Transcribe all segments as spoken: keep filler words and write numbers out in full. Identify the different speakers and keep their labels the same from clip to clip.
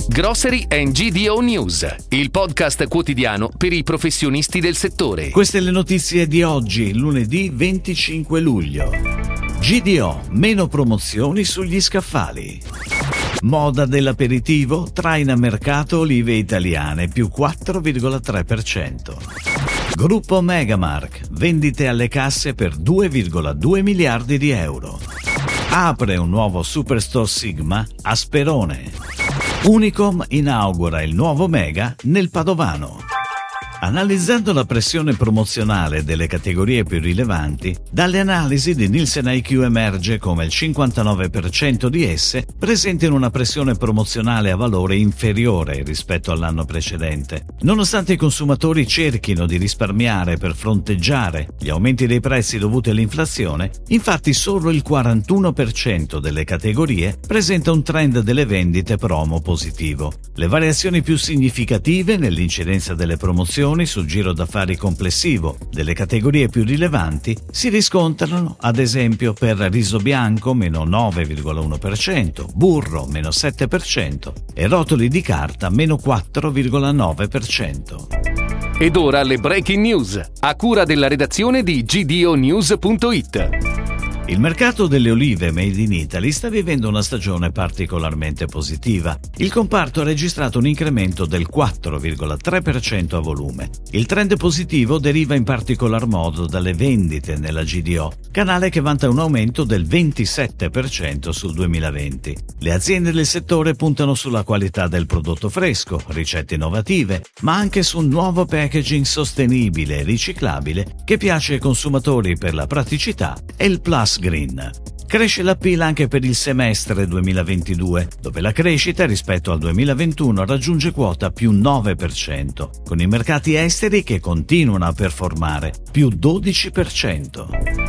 Speaker 1: Grocery and G D O News, il podcast quotidiano per i professionisti del settore.
Speaker 2: Queste le notizie di oggi, lunedì venticinque luglio. G D O, meno promozioni sugli scaffali. Moda dell'aperitivo, traina mercato olive italiane, più quattro virgola tre per cento. Gruppo Megamark, vendite alle casse per due virgola due miliardi di euro. Apre un nuovo Superstore Sigma a Sperone. Unicom inaugura il nuovo Mega nel Padovano. Analizzando la pressione promozionale delle categorie più rilevanti, dalle analisi di Nielsen I Q emerge come il cinquantanove per cento di esse presentino una pressione promozionale a valore inferiore rispetto all'anno precedente. Nonostante i consumatori cerchino di risparmiare per fronteggiare gli aumenti dei prezzi dovuti all'inflazione, infatti solo il quarantuno per cento delle categorie presenta un trend delle vendite promo positivo. Le variazioni più significative nell'incidenza delle promozioni sul giro d'affari complessivo delle categorie più rilevanti si riscontrano ad esempio per riso bianco meno nove virgola uno per cento, burro meno sette per cento e rotoli di carta meno quattro virgola nove per cento.
Speaker 1: Ed ora le breaking news, a cura della redazione di G D O News punto it.
Speaker 2: Il mercato delle olive made in Italy sta vivendo una stagione particolarmente positiva. Il comparto ha registrato un incremento del quattro virgola tre per cento a volume. Il trend positivo deriva in particolar modo dalle vendite nella G D O, canale che vanta un aumento del ventisette per cento sul duemilaventi. Le aziende del settore puntano sulla qualità del prodotto fresco, ricette innovative, ma anche su un nuovo packaging sostenibile e riciclabile che piace ai consumatori per la praticità e il plus green. Cresce l'appeal anche per il semestre duemilaventidue, dove la crescita rispetto al duemilaventuno raggiunge quota più nove per cento, con i mercati esteri che continuano a performare, più dodici per cento.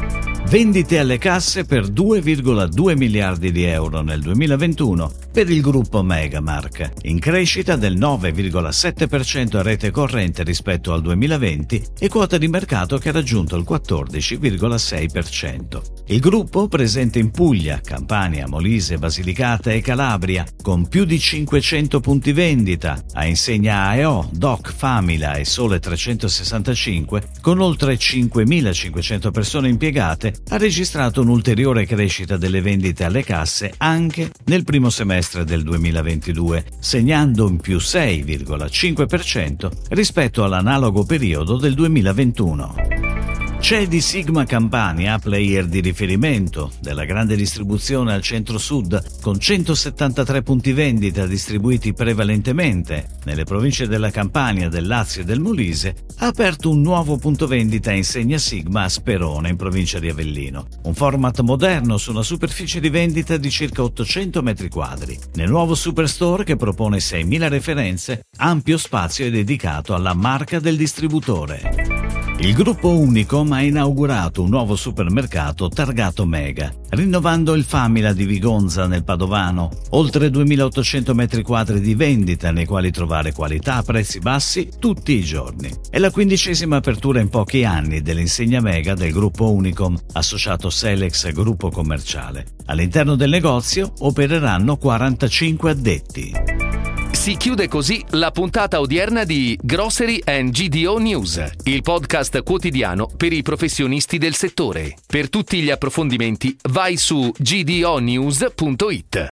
Speaker 2: Vendite alle casse per due virgola due miliardi di euro nel duemilaventuno per il gruppo Megamark, in crescita del nove virgola sette per cento a rete corrente rispetto al duemilaventi e quota di mercato che ha raggiunto il quattordici virgola sei per cento. Il gruppo, presente in Puglia, Campania, Molise, Basilicata e Calabria, con più di cinquecento punti vendita, a insegna A E O, Doc, Famila e Sole trecentosessantacinque, con oltre cinquemilacinquecento persone impiegate, ha registrato un'ulteriore crescita delle vendite alle casse anche nel primo semestre del duemilaventidue, segnando un più sei virgola cinque per cento rispetto all'analogo periodo del duemilaventuno. C'è di Sigma Campania, player di riferimento della grande distribuzione al centro-sud, con centosettantatré punti vendita distribuiti prevalentemente nelle province della Campania, del Lazio e del Molise, ha aperto un nuovo punto vendita insegna Sigma a Sperone, in provincia di Avellino. Un format moderno su una superficie di vendita di circa ottocento metri quadri. Nel nuovo Superstore, che propone seimila referenze, ampio spazio è dedicato alla marca del distributore. Il gruppo Unicom ha inaugurato un nuovo supermercato targato Mega, rinnovando il Famila di Vigonza nel Padovano, oltre duemilaottocento metri quadri di vendita nei quali trovare qualità a prezzi bassi tutti i giorni. È la quindicesima apertura in pochi anni dell'insegna Mega del gruppo Unicom, associato Selex Gruppo Commerciale. All'interno del negozio opereranno quarantacinque addetti.
Speaker 1: Si chiude così la puntata odierna di Grocery and G D O News, il podcast quotidiano per i professionisti del settore. Per tutti gli approfondimenti vai su G D O News punto it.